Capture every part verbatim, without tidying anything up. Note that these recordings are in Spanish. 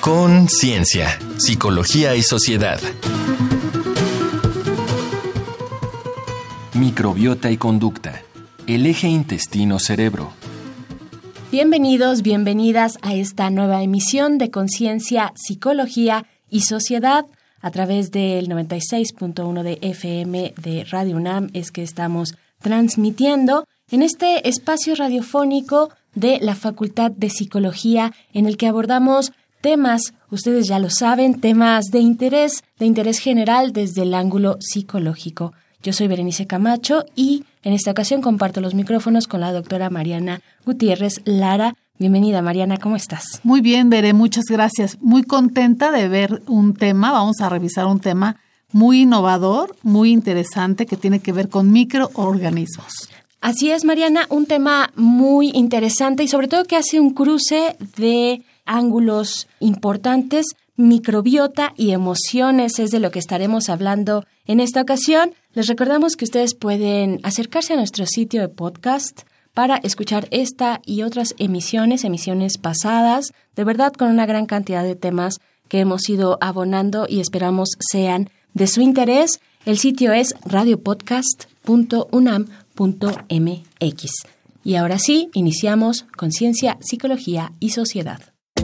Conciencia, Psicología y Sociedad. Microbiota y conducta. El eje intestino-cerebro. Bienvenidos, bienvenidas a esta nueva emisión de Conciencia, Psicología y Sociedad. A través del noventa y seis punto uno de F M de Radio UNAM es que estamos transmitiendo en este espacio radiofónico de la Facultad de Psicología, en el que abordamos temas, ustedes ya lo saben, temas de interés, de interés general desde el ángulo psicológico. Yo soy Berenice Camacho y en esta ocasión comparto los micrófonos con la doctora Mariana Gutiérrez Lara. Bienvenida, Mariana, ¿cómo estás? Muy bien, Bere, muchas gracias. Muy contenta de ver un tema, vamos a revisar un tema muy innovador, muy interesante que tiene que ver con microorganismos. Así es, Mariana, un tema muy interesante y sobre todo que hace un cruce de ángulos importantes. Microbiota y emociones es de lo que estaremos hablando en esta ocasión. Les recordamos que ustedes pueden acercarse a nuestro sitio de podcast para escuchar esta y otras emisiones, emisiones pasadas, de verdad con una gran cantidad de temas que hemos ido abonando y esperamos sean de su interés. El sitio es radio podcast punto unam punto m x. Y ahora sí, iniciamos Conciencia, Psicología y Sociedad.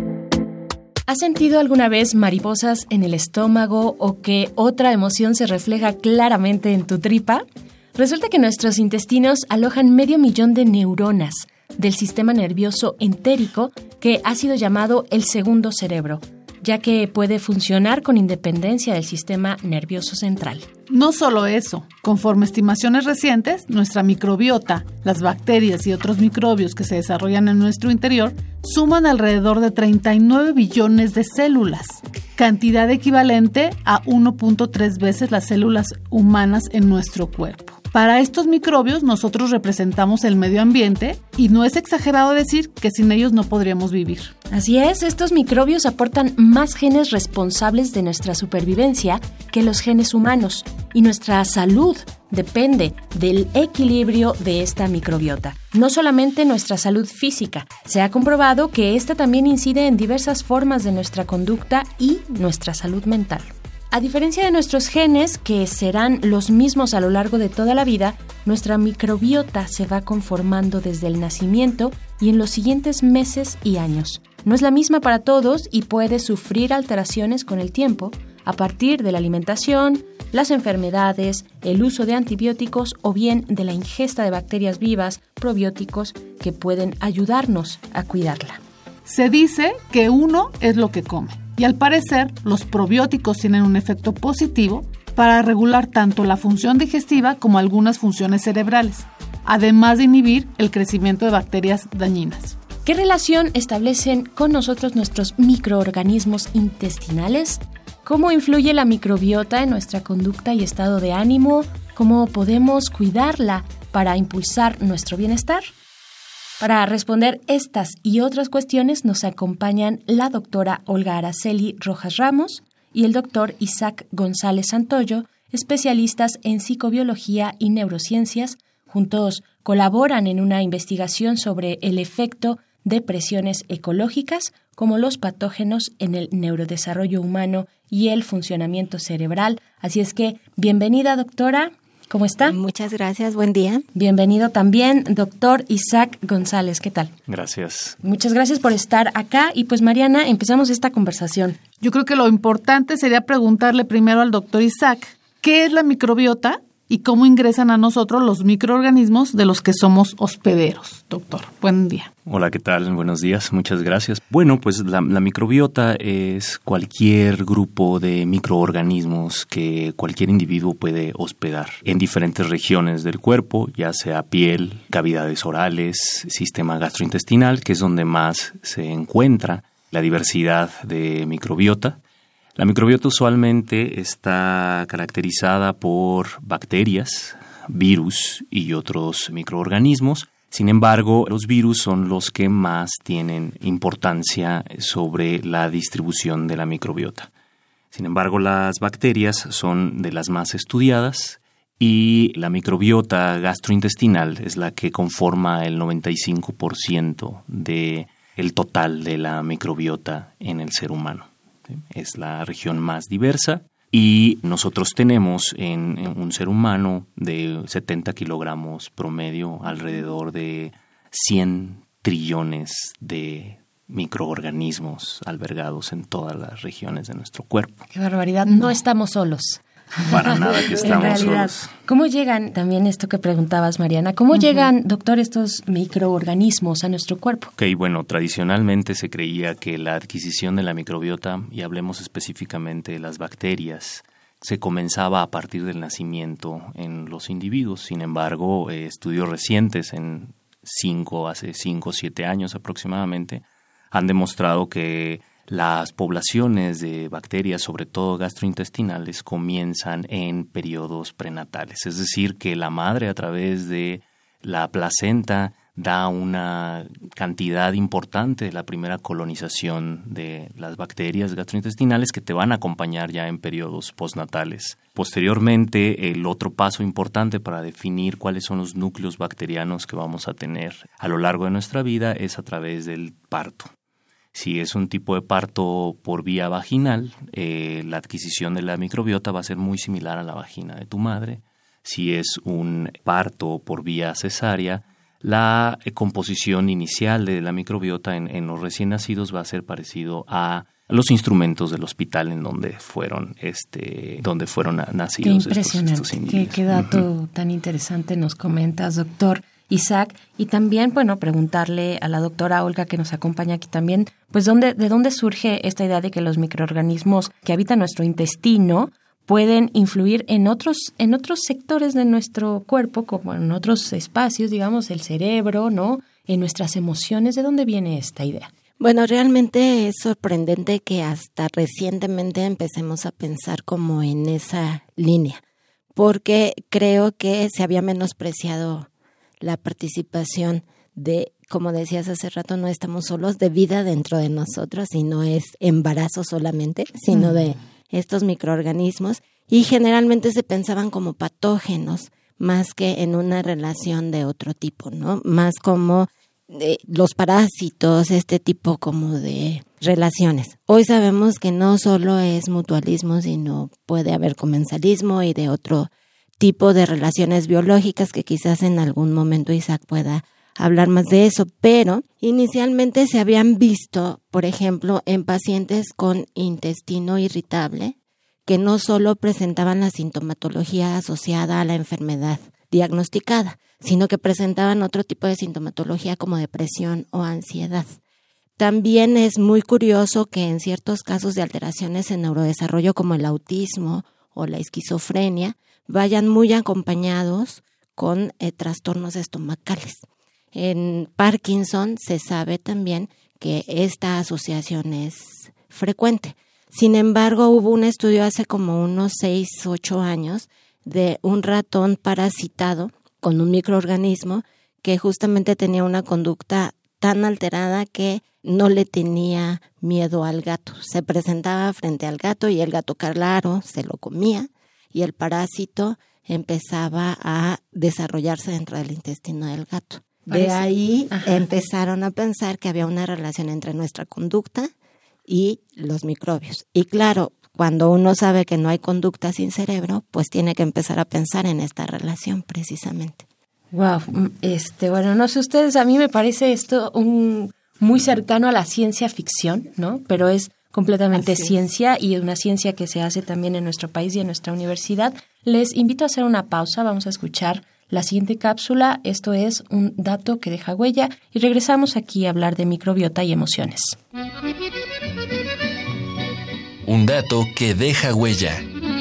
¿Has sentido alguna vez mariposas en el estómago o que otra emoción se refleja claramente en tu tripa? Resulta que nuestros intestinos alojan medio millón de neuronas del sistema nervioso entérico que ha sido llamado el segundo cerebro, ya que puede funcionar con independencia del sistema nervioso central. No solo eso, conforme estimaciones recientes, nuestra microbiota, las bacterias y otros microbios que se desarrollan en nuestro interior, suman alrededor de treinta y nueve billones de células, cantidad equivalente a uno punto tres veces las células humanas en nuestro cuerpo. Para estos microbios nosotros representamos el medio ambiente y no es exagerado decir que sin ellos no podríamos vivir. Así es, estos microbios aportan más genes responsables de nuestra supervivencia que los genes humanos y nuestra salud depende del equilibrio de esta microbiota. No solamente nuestra salud física, se ha comprobado que esta también incide en diversas formas de nuestra conducta y nuestra salud mental. A diferencia de nuestros genes, que serán los mismos a lo largo de toda la vida, nuestra microbiota se va conformando desde el nacimiento y en los siguientes meses y años. No es la misma para todos y puede sufrir alteraciones con el tiempo a partir de la alimentación, las enfermedades, el uso de antibióticos o bien de la ingesta de bacterias vivas, probióticos, que pueden ayudarnos a cuidarla. Se dice que uno es lo que come. Y al parecer, los probióticos tienen un efecto positivo para regular tanto la función digestiva como algunas funciones cerebrales, además de inhibir el crecimiento de bacterias dañinas. ¿Qué relación establecen con nosotros nuestros microorganismos intestinales? ¿Cómo influye la microbiota en nuestra conducta y estado de ánimo? ¿Cómo podemos cuidarla para impulsar nuestro bienestar? Para responder estas y otras cuestiones nos acompañan la doctora Olga Araceli Rojas Ramos y el doctor Isaac González Santoyo, especialistas en psicobiología y neurociencias. Juntos colaboran en una investigación sobre el efecto de presiones ecológicas como los patógenos en el neurodesarrollo humano y el funcionamiento cerebral. Así es que, bienvenida, doctora. ¿Cómo está? Muchas gracias, buen día. Bienvenido también, doctor Isaac González, ¿qué tal? Gracias. Muchas gracias por estar acá y pues Mariana, empezamos esta conversación. Yo creo que lo importante sería preguntarle primero al doctor Isaac, ¿qué es la microbiota y cómo ingresan a nosotros los microorganismos de los que somos hospederos? Doctor, buen día. Hola, ¿qué tal? Buenos días, muchas gracias. Bueno, pues la, la microbiota es cualquier grupo de microorganismos que cualquier individuo puede hospedar en diferentes regiones del cuerpo, ya sea piel, cavidades orales, sistema gastrointestinal, que es donde más se encuentra la diversidad de microbiota. La microbiota usualmente está caracterizada por bacterias, virus y otros microorganismos. Sin embargo, los virus son los que más tienen importancia sobre la distribución de la microbiota. Sin embargo, las bacterias son de las más estudiadas y la microbiota gastrointestinal es la que conforma el noventa y cinco por ciento del total de la microbiota en el ser humano. ¿sí? Es la región más diversa y nosotros tenemos en, en un ser humano de setenta kilogramos promedio alrededor de cien trillones de microorganismos albergados en todas las regiones de nuestro cuerpo. ¡Qué barbaridad! No estamos solos. Para nada que estamos en realidad, solos. ¿Cómo llegan, también esto que preguntabas, Mariana, cómo uh-huh. llegan, doctor, estos microorganismos a nuestro cuerpo? Ok, bueno, tradicionalmente se creía que la adquisición de la microbiota, y hablemos específicamente de las bacterias, se comenzaba a partir del nacimiento en los individuos. Sin embargo, eh, estudios recientes, en cinco, hace cinco o siete años aproximadamente, han demostrado que las poblaciones de bacterias, sobre todo gastrointestinales, comienzan en periodos prenatales. Es decir, que la madre a través de la placenta da una cantidad importante de la primera colonización de las bacterias gastrointestinales que te van a acompañar ya en periodos postnatales. Posteriormente, el otro paso importante para definir cuáles son los núcleos bacterianos que vamos a tener a lo largo de nuestra vida es a través del parto. Si es un tipo de parto por vía vaginal, eh, la adquisición de la microbiota va a ser muy similar a la vagina de tu madre. Si es un parto por vía cesárea, la eh, composición inicial de la microbiota en, en los recién nacidos va a ser parecido a los instrumentos del hospital en donde fueron, este, donde fueron nacidos. Qué impresionante, estos, estos individuos. Qué, qué dato uh-huh. tan interesante nos comentas, doctor Isaac, y también, bueno, preguntarle a la doctora Olga, que nos acompaña aquí también, pues ¿dónde, de dónde surge esta idea de que los microorganismos que habitan nuestro intestino pueden influir en otros, en otros sectores de nuestro cuerpo, como en otros espacios, digamos, el cerebro, ¿no? En nuestras emociones. ¿De dónde viene esta idea? Bueno, realmente es sorprendente que hasta recientemente empecemos a pensar como en esa línea, porque creo que se había menospreciado la participación de, como decías hace rato, no estamos solos, de vida dentro de nosotros, y no es embarazo solamente, sino mm. de estos microorganismos, y generalmente se pensaban como patógenos más que en una relación de otro tipo, ¿no? Más como de los parásitos, este tipo como de relaciones. Hoy sabemos que no solo es mutualismo, sino puede haber comensalismo y de otro tipo de relaciones biológicas que quizás en algún momento Isaac pueda hablar más de eso, pero inicialmente se habían visto, por ejemplo, en pacientes con intestino irritable, que no solo presentaban la sintomatología asociada a la enfermedad diagnosticada, sino que presentaban otro tipo de sintomatología como depresión o ansiedad. También es muy curioso que en ciertos casos de alteraciones en neurodesarrollo como el autismo o la esquizofrenia vayan muy acompañados con eh, trastornos estomacales. En Parkinson se sabe también que esta asociación es frecuente. Sin embargo, hubo un estudio hace como unos seis, ocho años de un ratón parasitado con un microorganismo que justamente tenía una conducta tan alterada que no le tenía miedo al gato. Se presentaba frente al gato y el gato, claro, se lo comía, y el parásito empezaba a desarrollarse dentro del intestino del gato. De ahí Ajá. empezaron a pensar que había una relación entre nuestra conducta y los microbios. Y claro, cuando uno sabe que no hay conducta sin cerebro, pues tiene que empezar a pensar en esta relación precisamente. Wow, este, bueno, no sé ustedes, a mí me parece esto un muy cercano a la ciencia ficción, ¿no? Pero es completamente Así ciencia es. Y una ciencia que se hace también en nuestro país y en nuestra universidad. Les invito a hacer una pausa, vamos a escuchar la siguiente cápsula. Esto es un dato que deja huella y regresamos aquí a hablar de microbiota y emociones. Un dato que deja huella.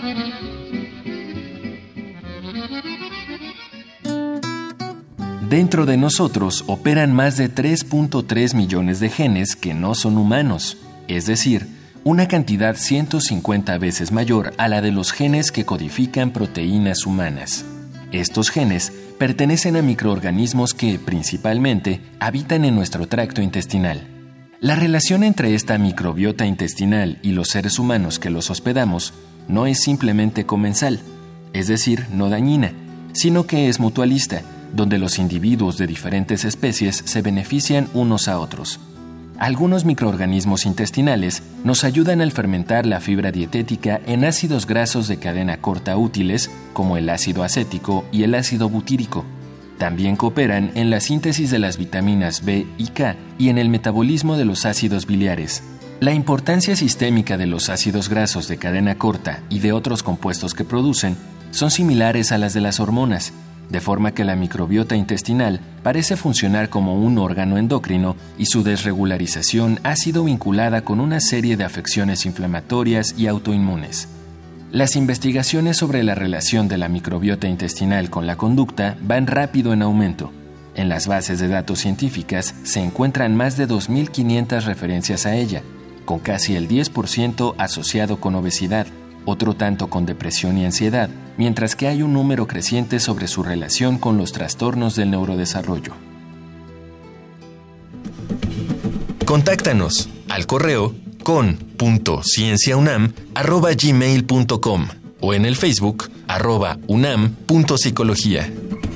Dentro de nosotros operan más de tres punto tres millones de genes que no son humanos, es decir, una cantidad ciento cincuenta veces mayor a la de los genes que codifican proteínas humanas. Estos genes pertenecen a microorganismos que, principalmente, habitan en nuestro tracto intestinal. La relación entre esta microbiota intestinal y los seres humanos que los hospedamos no es simplemente comensal, es decir, no dañina, sino que es mutualista, donde los individuos de diferentes especies se benefician unos a otros. Algunos microorganismos intestinales nos ayudan al fermentar la fibra dietética en ácidos grasos de cadena corta útiles, como el ácido acético y el ácido butírico. También cooperan en la síntesis de las vitaminas B y K y en el metabolismo de los ácidos biliares. La importancia sistémica de los ácidos grasos de cadena corta y de otros compuestos que producen son similares a las de las hormonas, de forma que la microbiota intestinal parece funcionar como un órgano endocrino y su desregularización ha sido vinculada con una serie de afecciones inflamatorias y autoinmunes. Las investigaciones sobre la relación de la microbiota intestinal con la conducta van rápido en aumento. En las bases de datos científicas se encuentran más de dos mil quinientas referencias a ella, con casi el diez por ciento asociado con obesidad, otro tanto con depresión y ansiedad, mientras que hay un número creciente sobre su relación con los trastornos del neurodesarrollo. Contáctanos al correo con punto ciencia unam arroba gmail punto com o en el Facebook arroba unam punto psicología.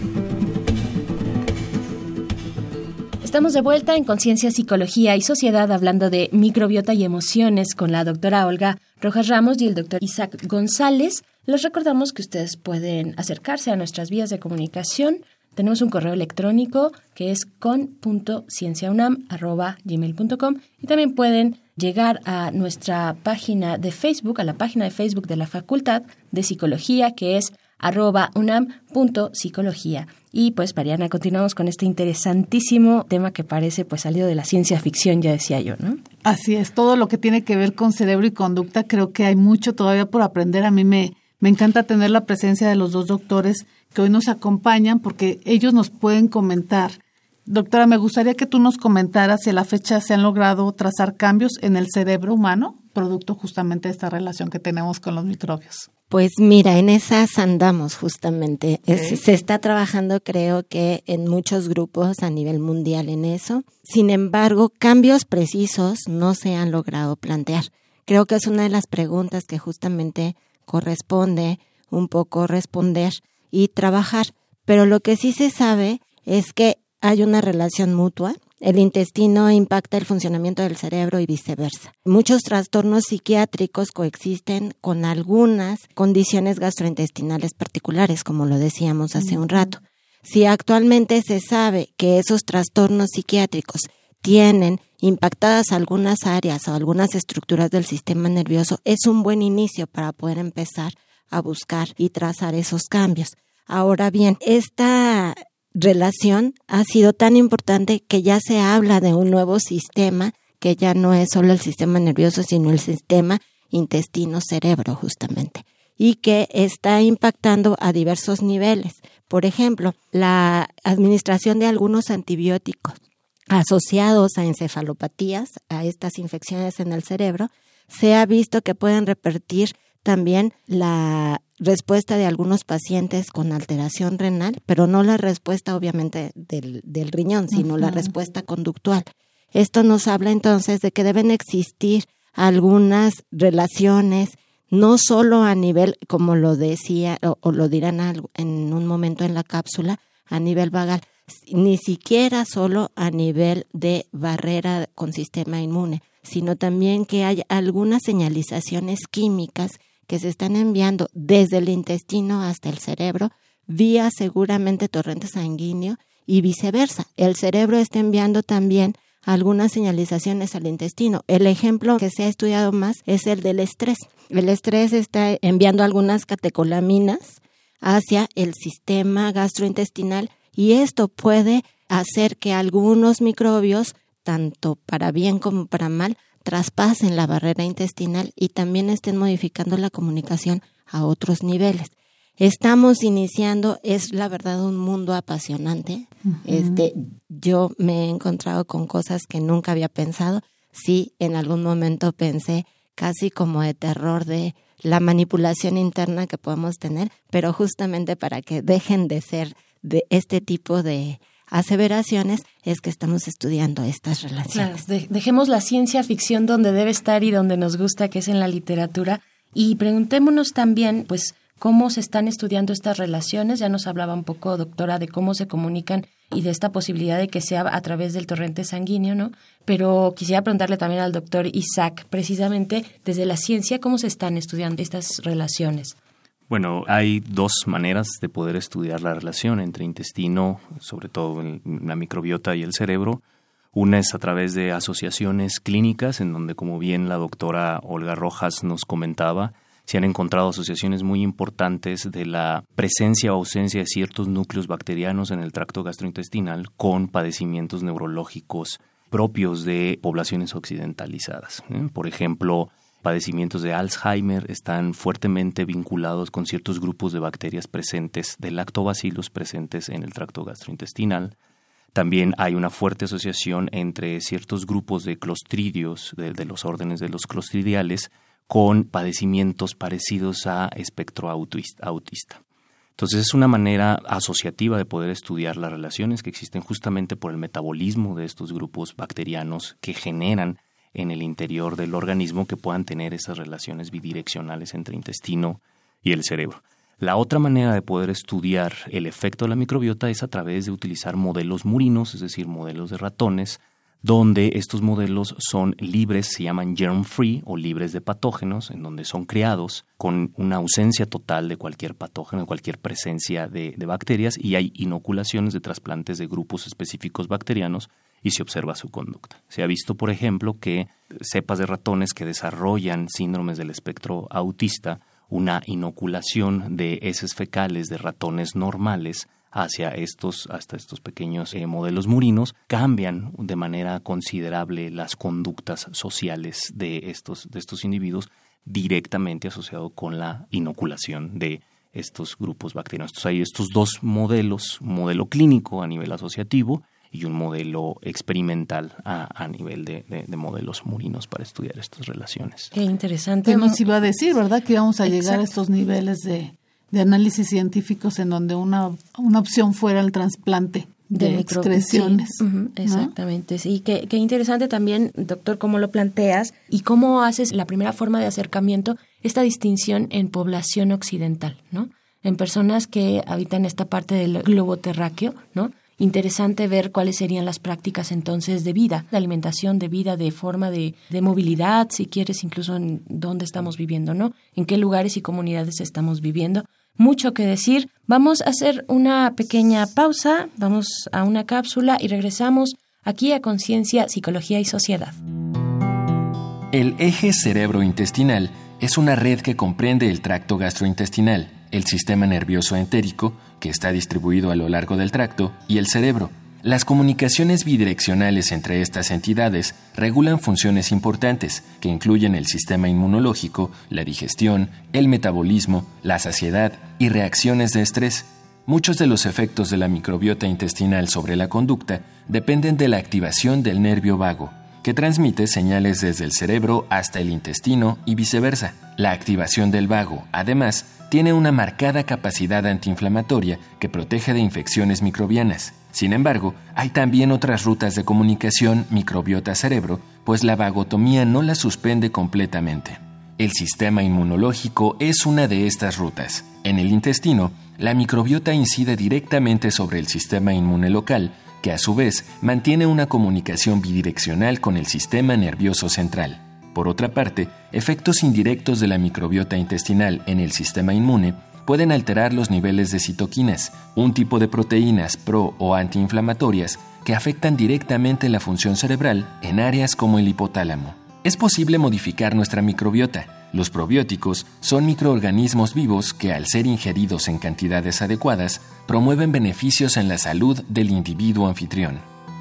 Estamos de vuelta en Conciencia, Psicología y Sociedad hablando de microbiota y emociones con la doctora Olga Rojas Ramos y el doctor Isaac González. Les recordamos que ustedes pueden acercarse a nuestras vías de comunicación. Tenemos un correo electrónico que es con punto ciencia unam arroba gmail punto com y también pueden llegar a nuestra página de Facebook, a la página de Facebook de la Facultad de Psicología, que es arroba unam punto psicología. Y pues, Mariana, continuamos con este interesantísimo tema que parece pues salido de la ciencia ficción, ya decía yo, ¿no? Así es, todo lo que tiene que ver con cerebro y conducta, creo que hay mucho todavía por aprender. A mí me, me encanta tener la presencia de los dos doctores que hoy nos acompañan porque ellos nos pueden comentar. Doctora, me gustaría que tú nos comentaras si a la fecha se han logrado trazar cambios en el cerebro humano, producto justamente de esta relación que tenemos con los microbios. Pues mira, en esas andamos justamente. Okay. Es, se está trabajando, creo que en muchos grupos a nivel mundial en eso. Sin embargo, cambios precisos no se han logrado plantear. Creo que es una de las preguntas que justamente corresponde un poco responder y trabajar. Pero lo que sí se sabe es que hay una relación mutua. El intestino impacta el funcionamiento del cerebro y viceversa. Muchos trastornos psiquiátricos coexisten con algunas condiciones gastrointestinales particulares, como lo decíamos hace un rato. Si actualmente se sabe que esos trastornos psiquiátricos tienen impactadas algunas áreas o algunas estructuras del sistema nervioso, es un buen inicio para poder empezar a buscar y trazar esos cambios. Ahora bien, esta relación ha sido tan importante que ya se habla de un nuevo sistema que ya no es solo el sistema nervioso, sino el sistema intestino-cerebro justamente, y que está impactando a diversos niveles. Por ejemplo, la administración de algunos antibióticos asociados a encefalopatías, a estas infecciones en el cerebro, se ha visto que pueden repercutir también la respuesta de algunos pacientes con alteración renal, pero no la respuesta obviamente del, del riñón, sino uh-huh. la respuesta conductual. Esto nos habla entonces de que deben existir algunas relaciones, no solo a nivel, como lo decía o, o lo dirán algo, en un momento en la cápsula, a nivel vagal, ni siquiera solo a nivel de barrera con sistema inmune, sino también que hay algunas señalizaciones químicas que se están enviando desde el intestino hasta el cerebro, vía seguramente torrente sanguíneo y viceversa. El cerebro está enviando también algunas señalizaciones al intestino. El ejemplo que se ha estudiado más es el del estrés. El estrés está enviando algunas catecolaminas hacia el sistema gastrointestinal y esto puede hacer que algunos microbios, tanto para bien como para mal, traspasen la barrera intestinal y también estén modificando la comunicación a otros niveles. Estamos iniciando, es la verdad un mundo apasionante. Uh-huh. Este, yo me he encontrado con cosas que nunca había pensado. Sí, en algún momento pensé casi como de terror de la manipulación interna que podemos tener, pero justamente para que dejen de ser de este tipo de aseveraciones es que estamos estudiando estas relaciones. Claro, de, dejemos la ciencia ficción donde debe estar y donde nos gusta, que es en la literatura, y preguntémonos también, pues, cómo se están estudiando estas relaciones. Ya nos hablaba un poco, doctora, de cómo se comunican y de esta posibilidad de que sea a través del torrente sanguíneo, ¿no? Pero quisiera preguntarle también al doctor Isaac, precisamente desde la ciencia, ¿cómo se están estudiando estas relaciones? Bueno, hay dos maneras de poder estudiar la relación entre intestino, sobre todo en la microbiota y el cerebro. Una es a través de asociaciones clínicas, en donde, como bien la doctora Olga Rojas nos comentaba, se han encontrado asociaciones muy importantes de la presencia o ausencia de ciertos núcleos bacterianos en el tracto gastrointestinal con padecimientos neurológicos propios de poblaciones occidentalizadas. ¿eh? Por ejemplo, padecimientos de Alzheimer están fuertemente vinculados con ciertos grupos de bacterias presentes, de lactobacilos presentes en el tracto gastrointestinal. También hay una fuerte asociación entre ciertos grupos de clostridios, de, de los órdenes de los clostridiales, con padecimientos parecidos a espectro autista. Entonces es una manera asociativa de poder estudiar las relaciones que existen justamente por el metabolismo de estos grupos bacterianos que generan en el interior del organismo que puedan tener esas relaciones bidireccionales entre intestino y el cerebro. La otra manera de poder estudiar el efecto de la microbiota es a través de utilizar modelos murinos, es decir, modelos de ratones, donde estos modelos son libres, se llaman germ-free o libres de patógenos, en donde son creados con una ausencia total de cualquier patógeno, de cualquier presencia de, de bacterias, y hay inoculaciones de trasplantes de grupos específicos bacterianos y se observa su conducta. Se ha visto, por ejemplo, que cepas de ratones que desarrollan síndromes del espectro autista, una inoculación de heces fecales de ratones normales hacia estos, hasta estos pequeños eh, modelos murinos, cambian de manera considerable las conductas sociales de estos, de estos individuos directamente asociado con la inoculación de estos grupos bacterianos. Entonces hay estos dos modelos, un modelo clínico a nivel asociativo y un modelo experimental a, a nivel de, de, de modelos murinos para estudiar estas relaciones. Qué interesante. ¿Qué nos iba a decir, verdad? Que íbamos a Exacto. llegar a estos niveles de, de análisis científicos en donde una, una opción fuera el trasplante de, de excreciones. Sí, uh-huh, exactamente, ¿no? Sí, qué, qué interesante también, doctor, cómo lo planteas y cómo haces la primera forma de acercamiento, esta distinción en población occidental, ¿no? En personas que habitan esta parte del globo terráqueo, ¿no? Interesante ver cuáles serían las prácticas entonces de vida, de alimentación, de vida, de forma de, de movilidad, si quieres, incluso en dónde estamos viviendo, ¿no? En qué lugares y comunidades estamos viviendo. Mucho que decir. Vamos a hacer una pequeña pausa, vamos a una cápsula y regresamos aquí a Conciencia, Psicología y Sociedad. El eje cerebro-intestinal es una red que comprende el tracto gastrointestinal, el sistema nervioso entérico, que está distribuido a lo largo del tracto, y el cerebro. Las comunicaciones bidireccionales entre estas entidades regulan funciones importantes que incluyen el sistema inmunológico, la digestión, el metabolismo, la saciedad y reacciones de estrés. Muchos de los efectos de la microbiota intestinal sobre la conducta dependen de la activación del nervio vago, que transmite señales desde el cerebro hasta el intestino y viceversa. La activación del vago, además, tiene una marcada capacidad antiinflamatoria que protege de infecciones microbianas. Sin embargo, hay también otras rutas de comunicación microbiota-cerebro, pues la vagotomía no la suspende completamente. El sistema inmunológico es una de estas rutas. En el intestino, la microbiota incide directamente sobre el sistema inmune local, que a su vez mantiene una comunicación bidireccional con el sistema nervioso central. Por otra parte, efectos indirectos de la microbiota intestinal en el sistema inmune pueden alterar los niveles de citoquinas, un tipo de proteínas pro- o antiinflamatorias que afectan directamente la función cerebral en áreas como el hipotálamo. Es posible modificar nuestra microbiota. Los probióticos son microorganismos vivos que, al ser ingeridos en cantidades adecuadas, promueven beneficios en la salud del individuo anfitrión.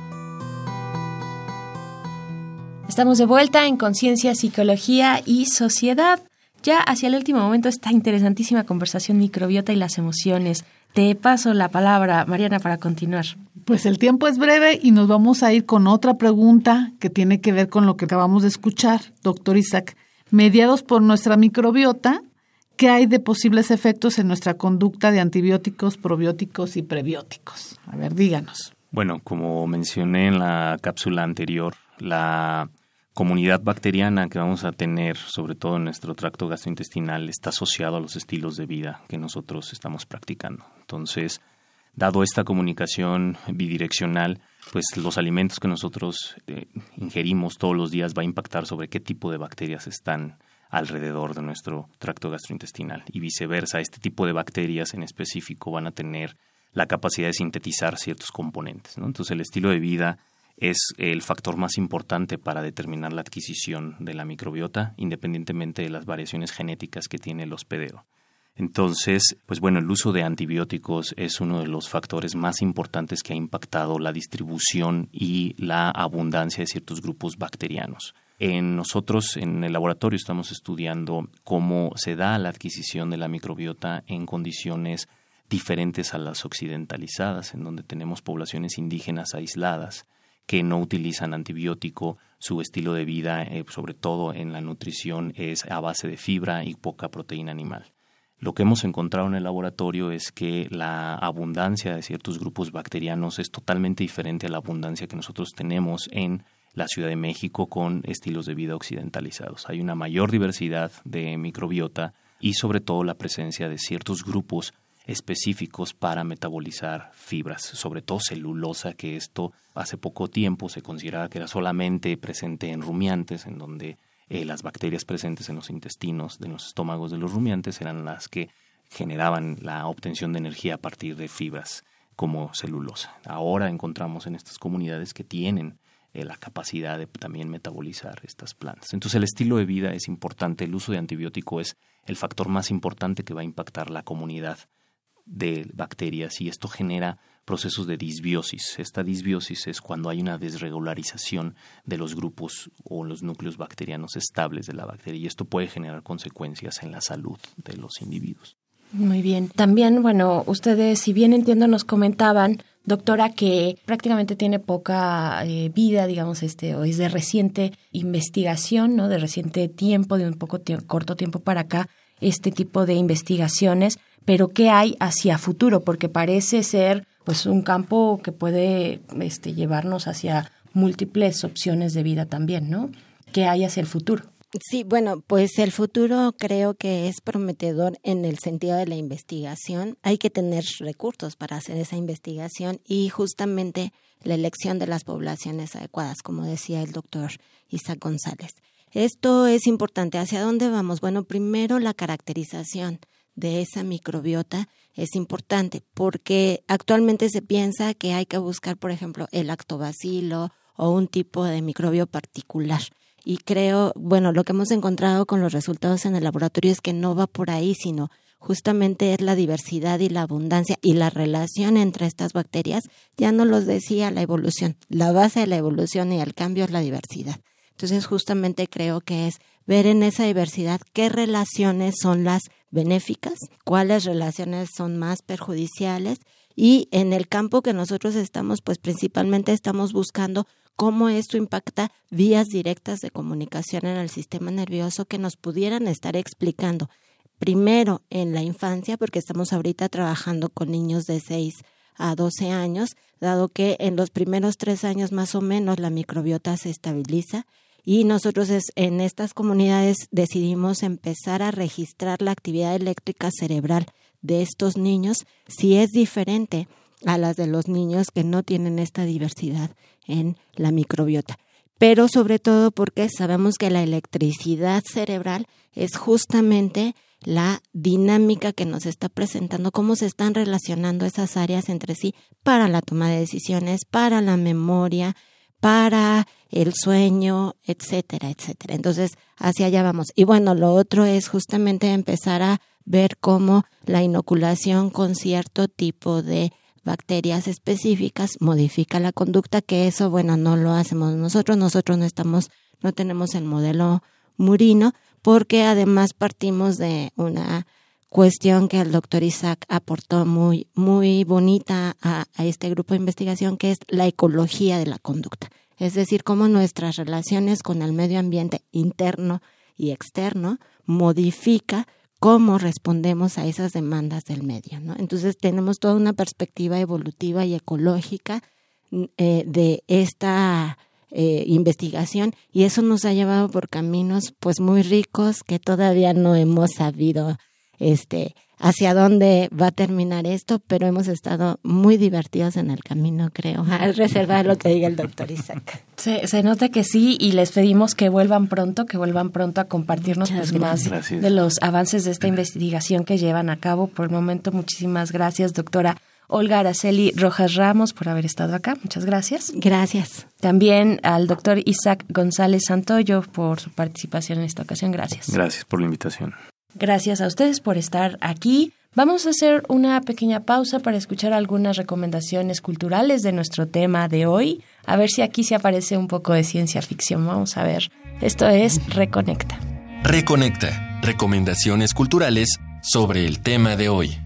Estamos de vuelta en Conciencia, Psicología y Sociedad. Ya hacia el último momento esta interesantísima conversación microbiota y las emociones. Te paso la palabra, Mariana, para continuar. Pues el tiempo es breve y nos vamos a ir con otra pregunta que tiene que ver con lo que acabamos de escuchar, doctor Isaac. Mediados por nuestra microbiota, ¿qué hay de posibles efectos en nuestra conducta de antibióticos, probióticos y prebióticos? A ver, díganos. Bueno, como mencioné en la cápsula anterior, la comunidad bacteriana que vamos a tener, sobre todo en nuestro tracto gastrointestinal, está asociado a los estilos de vida que nosotros estamos practicando. Entonces, Dado esta comunicación bidireccional, pues los alimentos que nosotros eh, ingerimos todos los días va a impactar sobre qué tipo de bacterias están alrededor de nuestro tracto gastrointestinal y viceversa. Este tipo de bacterias en específico van a tener la capacidad de sintetizar ciertos componentes, ¿no? Entonces el estilo de vida es el factor más importante para determinar la adquisición de la microbiota, independientemente de las variaciones genéticas que tiene el hospedero. Entonces, pues bueno, el uso de antibióticos es uno de los factores más importantes que ha impactado la distribución y la abundancia de ciertos grupos bacterianos. En nosotros, en el laboratorio, estamos estudiando cómo se da la adquisición de la microbiota en condiciones diferentes a las occidentalizadas, en donde tenemos poblaciones indígenas aisladas que no utilizan antibiótico. Su estilo de vida, eh, sobre todo en la nutrición, es a base de fibra y poca proteína animal. Lo que hemos encontrado en el laboratorio es que la abundancia de ciertos grupos bacterianos es totalmente diferente a la abundancia que nosotros tenemos en la Ciudad de México con estilos de vida occidentalizados. Hay una mayor diversidad de microbiota y sobre todo la presencia de ciertos grupos específicos para metabolizar fibras, sobre todo celulosa, que esto hace poco tiempo se consideraba que era solamente presente en rumiantes, en donde Eh, las bacterias presentes en los intestinos de los estómagos de los rumiantes eran las que generaban la obtención de energía a partir de fibras como celulosa. Ahora encontramos en estas comunidades que tienen eh, la capacidad de también metabolizar estas plantas. Entonces el estilo de vida es importante, el uso de antibiótico es el factor más importante que va a impactar la comunidad de bacterias y esto genera procesos de disbiosis. Esta disbiosis es cuando hay una desregularización de los grupos o los núcleos bacterianos estables de la bacteria y esto puede generar consecuencias en la salud de los individuos. Muy bien. También, bueno, ustedes, si bien entiendo, nos comentaban, doctora, que prácticamente tiene poca eh, vida, digamos, este, o es de reciente investigación, ¿no? De reciente tiempo, de un poco tie- corto tiempo para acá, este tipo de investigaciones, pero ¿qué hay hacia futuro? Porque parece ser pues un campo que puede este, llevarnos hacia múltiples opciones de vida también, ¿no? ¿Qué hay hacia el futuro? Sí, bueno, pues el futuro creo que es prometedor en el sentido de la investigación. Hay que tener recursos para hacer esa investigación y justamente la elección de las poblaciones adecuadas, como decía el doctor Isaac González. Esto es importante. ¿Hacia dónde vamos? Bueno, primero la caracterización de esa microbiota es importante porque actualmente se piensa que hay que buscar, por ejemplo, el lactobacilo o un tipo de microbio particular. Y creo, bueno, lo que hemos encontrado con los resultados en el laboratorio es que no va por ahí, sino justamente es la diversidad y la abundancia y la relación entre estas bacterias. Ya nos los decía la evolución. La base de la evolución y el cambio es la diversidad. Entonces, justamente creo que es ver en esa diversidad qué relaciones son las benéficas, cuáles relaciones son más perjudiciales y en el campo que nosotros estamos, pues principalmente estamos buscando cómo esto impacta vías directas de comunicación en el sistema nervioso que nos pudieran estar explicando primero en la infancia, porque estamos ahorita trabajando con niños de seis a doce años, dado que en los primeros tres años más o menos la microbiota se estabiliza. Y nosotros es, en estas comunidades decidimos empezar a registrar la actividad eléctrica cerebral de estos niños si es diferente a las de los niños que no tienen esta diversidad en la microbiota. Pero sobre todo porque sabemos que la electricidad cerebral es justamente la dinámica que nos está presentando, cómo se están relacionando esas áreas entre sí para la toma de decisiones, para la memoria, para el sueño, etcétera, etcétera. Entonces, hacia allá vamos. Y bueno, lo otro es justamente empezar a ver cómo la inoculación con cierto tipo de bacterias específicas modifica la conducta, que eso, bueno, no lo hacemos nosotros. Nosotros no estamos, no tenemos el modelo murino, porque además partimos de una cuestión que el doctor Isaac aportó muy, muy bonita a, a este grupo de investigación, que es la ecología de la conducta. Es decir, cómo nuestras relaciones con el medio ambiente interno y externo modifica cómo respondemos a esas demandas del medio, ¿no? Entonces tenemos toda una perspectiva evolutiva y ecológica eh, de esta eh, investigación y eso nos ha llevado por caminos pues muy ricos que todavía no hemos sabido este, hacia dónde va a terminar esto, pero hemos estado muy divertidos en el camino, creo, al reservar lo que diga el doctor Isaac. Se, se nota que sí, y les pedimos que vuelvan pronto, que vuelvan pronto a compartirnos pues, más gracias. de los avances de esta investigación que llevan a cabo. Por el momento, muchísimas gracias, doctora Olga Araceli Rojas Ramos, por haber estado acá. Muchas gracias. Gracias. También al doctor Isaac González Santoyo por su participación en esta ocasión. Gracias. Gracias por la invitación. Gracias a ustedes por estar aquí. Vamos a hacer una pequeña pausa para escuchar algunas recomendaciones culturales de nuestro tema de hoy. A ver si aquí se aparece un poco de ciencia ficción. Vamos a ver. Esto es Reconecta. Reconecta. Recomendaciones culturales sobre el tema de hoy.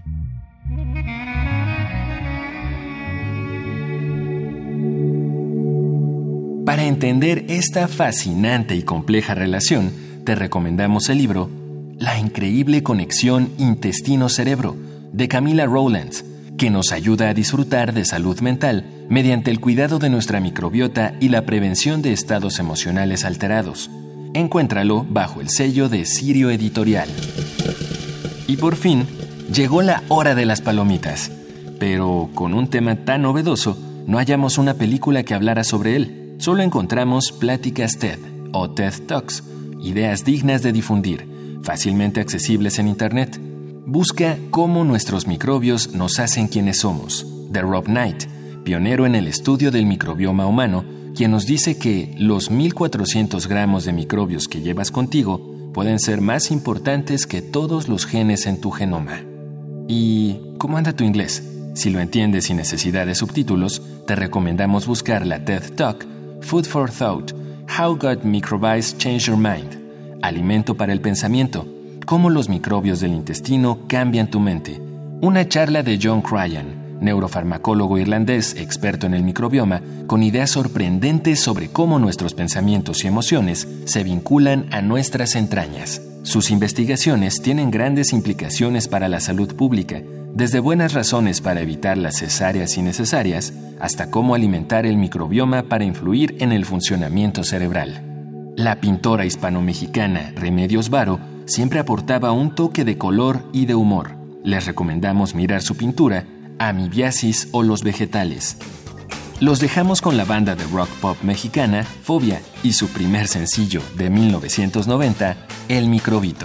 Para entender esta fascinante y compleja relación, te recomendamos el libro La increíble conexión intestino-cerebro, de Camila Rowlands, que nos ayuda a disfrutar de salud mental mediante el cuidado de nuestra microbiota y la prevención de estados emocionales alterados. Encuéntralo bajo el sello de Sirio Editorial. Y por fin, llegó la hora de las palomitas. Pero con un tema tan novedoso, no hallamos una película que hablara sobre él. Solo encontramos Pláticas TED o TED Talks, ideas dignas de difundir, fácilmente accesibles en Internet. Busca cómo nuestros microbios nos hacen quienes somos, de Rob Knight, pionero en el estudio del microbioma humano, quien nos dice que los mil cuatrocientos gramos de microbios que llevas contigo pueden ser más importantes que todos los genes en tu genoma. ¿Y cómo anda tu inglés? Si lo entiendes sin necesidad de subtítulos, te recomendamos buscar la TED Talk Food for Thought, How Gut Microbes Change Your Mind, Alimento para el Pensamiento, cómo los microbios del intestino cambian tu mente. Una charla de John Cryan, neurofarmacólogo irlandés experto en el microbioma, con ideas sorprendentes sobre cómo nuestros pensamientos y emociones se vinculan a nuestras entrañas. Sus investigaciones tienen grandes implicaciones para la salud pública, desde buenas razones para evitar las cesáreas innecesarias hasta cómo alimentar el microbioma para influir en el funcionamiento cerebral. La pintora hispano-mexicana Remedios Varo siempre aportaba un toque de color y de humor. Les recomendamos mirar su pintura Amibiasis o los vegetales. Los dejamos con la banda de rock pop mexicana Fobia y su primer sencillo de mil novecientos noventa, El Microbito.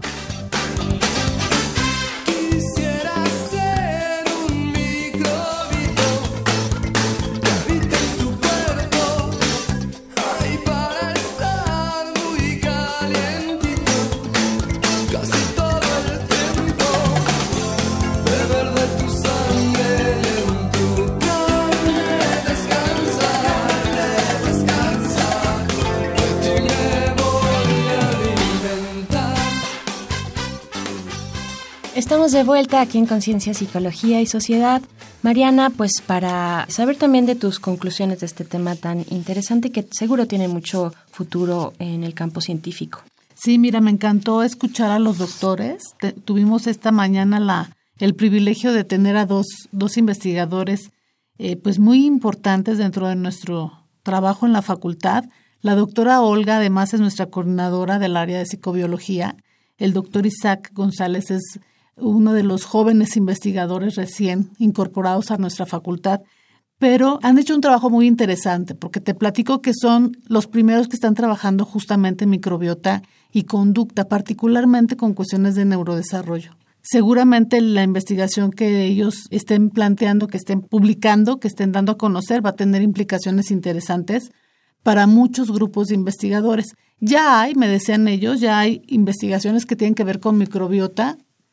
Estamos de vuelta aquí en Conciencia, Psicología y Sociedad. Mariana, pues para saber también de tus conclusiones de este tema tan interesante que seguro tiene mucho futuro en el campo científico. Sí, mira, me encantó escuchar a los doctores. Te, tuvimos esta mañana la el privilegio de tener a dos, dos investigadores eh, pues muy importantes dentro de nuestro trabajo en la facultad. La doctora Olga, además, es nuestra coordinadora del área de psicobiología. El doctor Isaac González es uno de los jóvenes investigadores recién incorporados a nuestra facultad, pero han hecho un trabajo muy interesante porque te platico que son los primeros que están trabajando justamente en microbiota y conducta, particularmente con cuestiones de neurodesarrollo. Seguramente la investigación que ellos estén planteando, que estén publicando, que estén dando a conocer, va a tener implicaciones interesantes para muchos grupos de investigadores. Ya hay, me decían ellos, ya hay investigaciones que tienen que ver con microbiota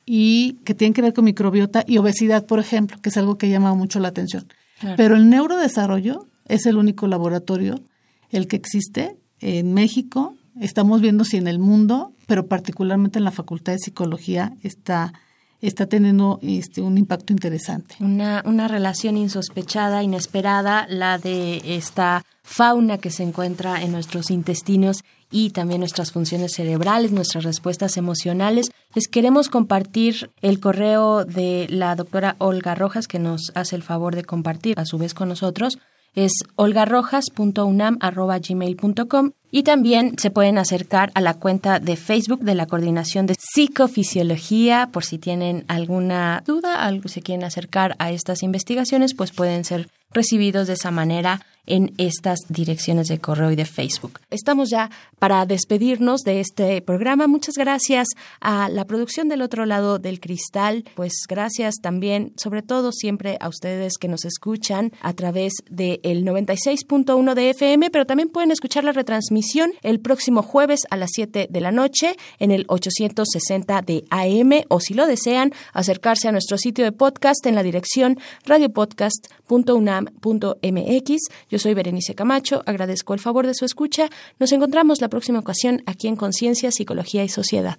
y que tienen que ver con microbiota y obesidad, por ejemplo, que es algo que llama mucho la atención. Claro. Pero el neurodesarrollo es el único laboratorio, el que existe en México. Estamos viendo si en el mundo, pero particularmente en la Facultad de Psicología, está, está teniendo este, un impacto interesante. Una, una relación insospechada, inesperada, la de esta fauna que se encuentra en nuestros intestinos y también nuestras funciones cerebrales, nuestras respuestas emocionales. Les queremos compartir el correo de la doctora Olga Rojas, que nos hace el favor de compartir a su vez con nosotros es olgarrojas punto unam arroba gmail punto com. Y también se pueden acercar a la cuenta de Facebook de la Coordinación de Psicofisiología por si tienen alguna duda, algo se quieren acercar a estas investigaciones, pues pueden ser recibidos de esa manera en estas direcciones de correo y de Facebook. Estamos ya para despedirnos de este programa. Muchas gracias a la producción del otro lado del cristal. Pues gracias también, sobre todo siempre a ustedes que nos escuchan a través del noventa y seis punto uno de F M, pero también pueden escuchar la retransmisión el próximo jueves a las siete de la noche en el ochocientos sesenta de A M, o si lo desean, acercarse a nuestro sitio de podcast en la dirección radio podcast punto unam punto m x. Yo soy Berenice Camacho, agradezco el favor de su escucha. Nos encontramos la próxima ocasión aquí en Conciencia, Psicología y Sociedad.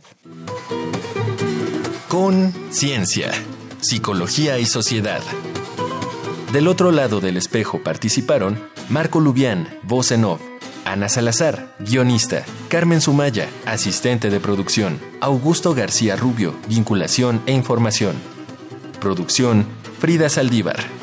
Conciencia, Psicología y Sociedad. Del otro lado del espejo participaron Marco Lubián, voz en off; Ana Salazar, guionista; Carmen Sumaya, asistente de producción; Augusto García Rubio, vinculación e información. Producción, Frida Saldívar.